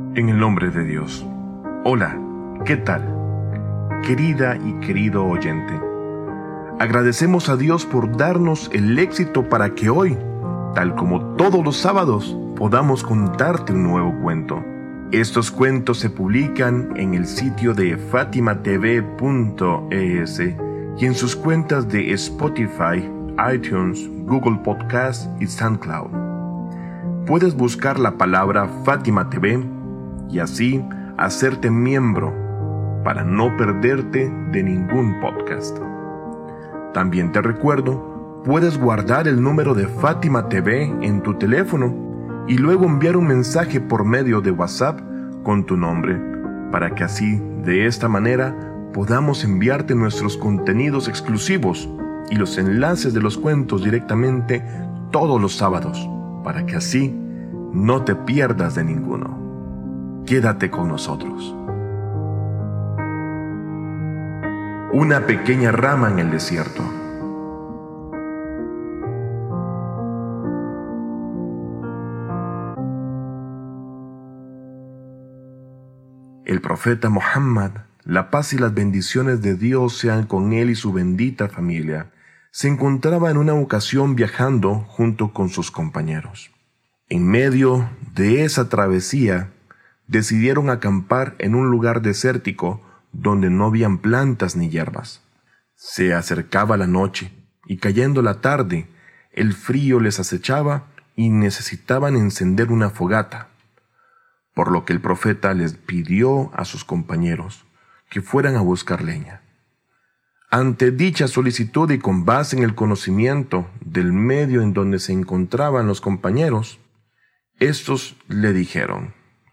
En el nombre de Dios. Hola, ¿qué tal? Querida y querido oyente, agradecemos a Dios por darnos el éxito para que hoy, tal como todos los sábados, podamos contarte un nuevo cuento. Estos cuentos se publican en el sitio de fatimatv.es y en sus cuentas de Spotify, iTunes, Google Podcast y SoundCloud. Puedes buscar la palabra Fátima TV y así hacerte miembro para no perderte de ningún podcast. También te recuerdo, puedes guardar el número de Fátima TV en tu teléfono y luego enviar un mensaje por medio de WhatsApp con tu nombre, para que así, de esta manera, podamos enviarte nuestros contenidos exclusivos y los enlaces de los cuentos directamente todos los sábados, para que así no te pierdas de ninguno. Quédate con nosotros. Una pequeña rama en el desierto. El profeta Muhammad, la paz y las bendiciones de Dios sean con él y su bendita familia, se encontraba en una ocasión viajando junto con sus compañeros. En medio de esa travesía, decidieron acampar en un lugar desértico donde no habían plantas ni hierbas. Se acercaba la noche y cayendo la tarde, el frío les acechaba y necesitaban encender una fogata, por lo que el profeta les pidió a sus compañeros que fueran a buscar leña. Ante dicha solicitud y con base en el conocimiento del medio en donde se encontraban los compañeros, estos le dijeron: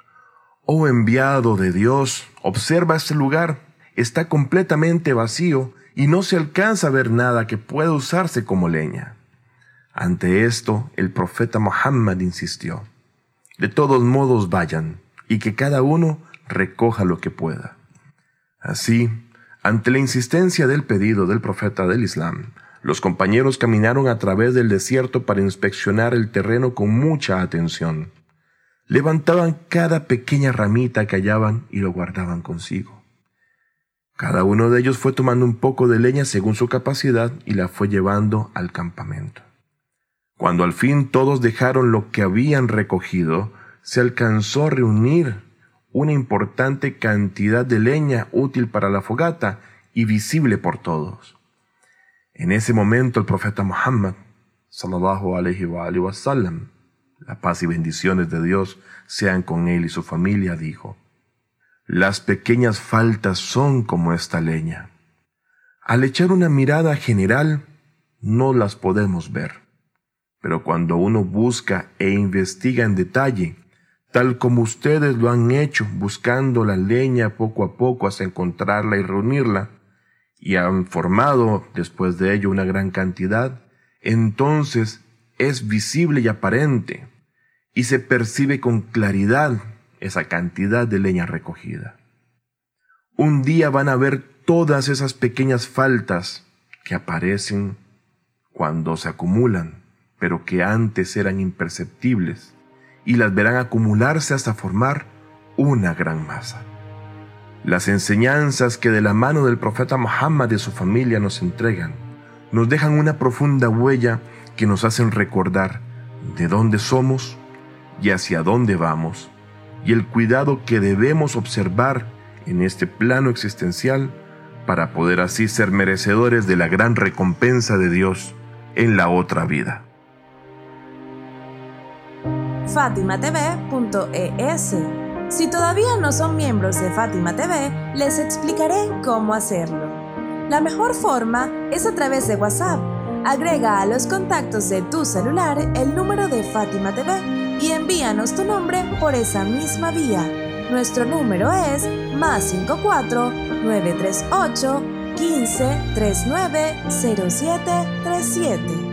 «Oh enviado de Dios, observa este lugar, está completamente vacío y no se alcanza a ver nada que pueda usarse como leña». Ante esto, el profeta Muhammad insistió: «De todos modos vayan, y que cada uno recoja lo que pueda». Así, ante la insistencia del pedido del profeta del Islam, los compañeros caminaron a través del desierto para inspeccionar el terreno con mucha atención. Levantaban cada pequeña ramita que hallaban y lo guardaban consigo. Cada uno de ellos fue tomando un poco de leña según su capacidad y la fue llevando al campamento. Cuando al fin todos dejaron lo que habían recogido, se alcanzó a reunir una importante cantidad de leña útil para la fogata y visible por todos. En ese momento el profeta Muhammad, sallallahu alaihi wa sallam, la paz y bendiciones de Dios sean con él y su familia, dijo: «Las pequeñas faltas son como esta leña. Al echar una mirada general, no las podemos ver. Pero cuando uno busca e investiga en detalle, tal como ustedes lo han hecho, buscando la leña poco a poco hasta encontrarla y reunirla, y han formado después de ello una gran cantidad, entonces es visible y aparente, y se percibe con claridad esa cantidad de leña recogida. Un día van a ver todas esas pequeñas faltas que aparecen cuando se acumulan, pero que antes eran imperceptibles, y las verán acumularse hasta formar una gran masa». Las enseñanzas que de la mano del profeta Muhammad y su familia nos entregan, nos dejan una profunda huella que nos hacen recordar de dónde somos y hacia dónde vamos, y el cuidado que debemos observar en este plano existencial para poder así ser merecedores de la gran recompensa de Dios en la otra vida. fatimatv.es. Si todavía no son miembros de Fátima TV, les explicaré cómo hacerlo. La mejor forma es a través de WhatsApp. Agrega a los contactos de tu celular el número de Fátima TV y envíanos tu nombre por esa misma vía. Nuestro número es +54 938 15 39 07 37.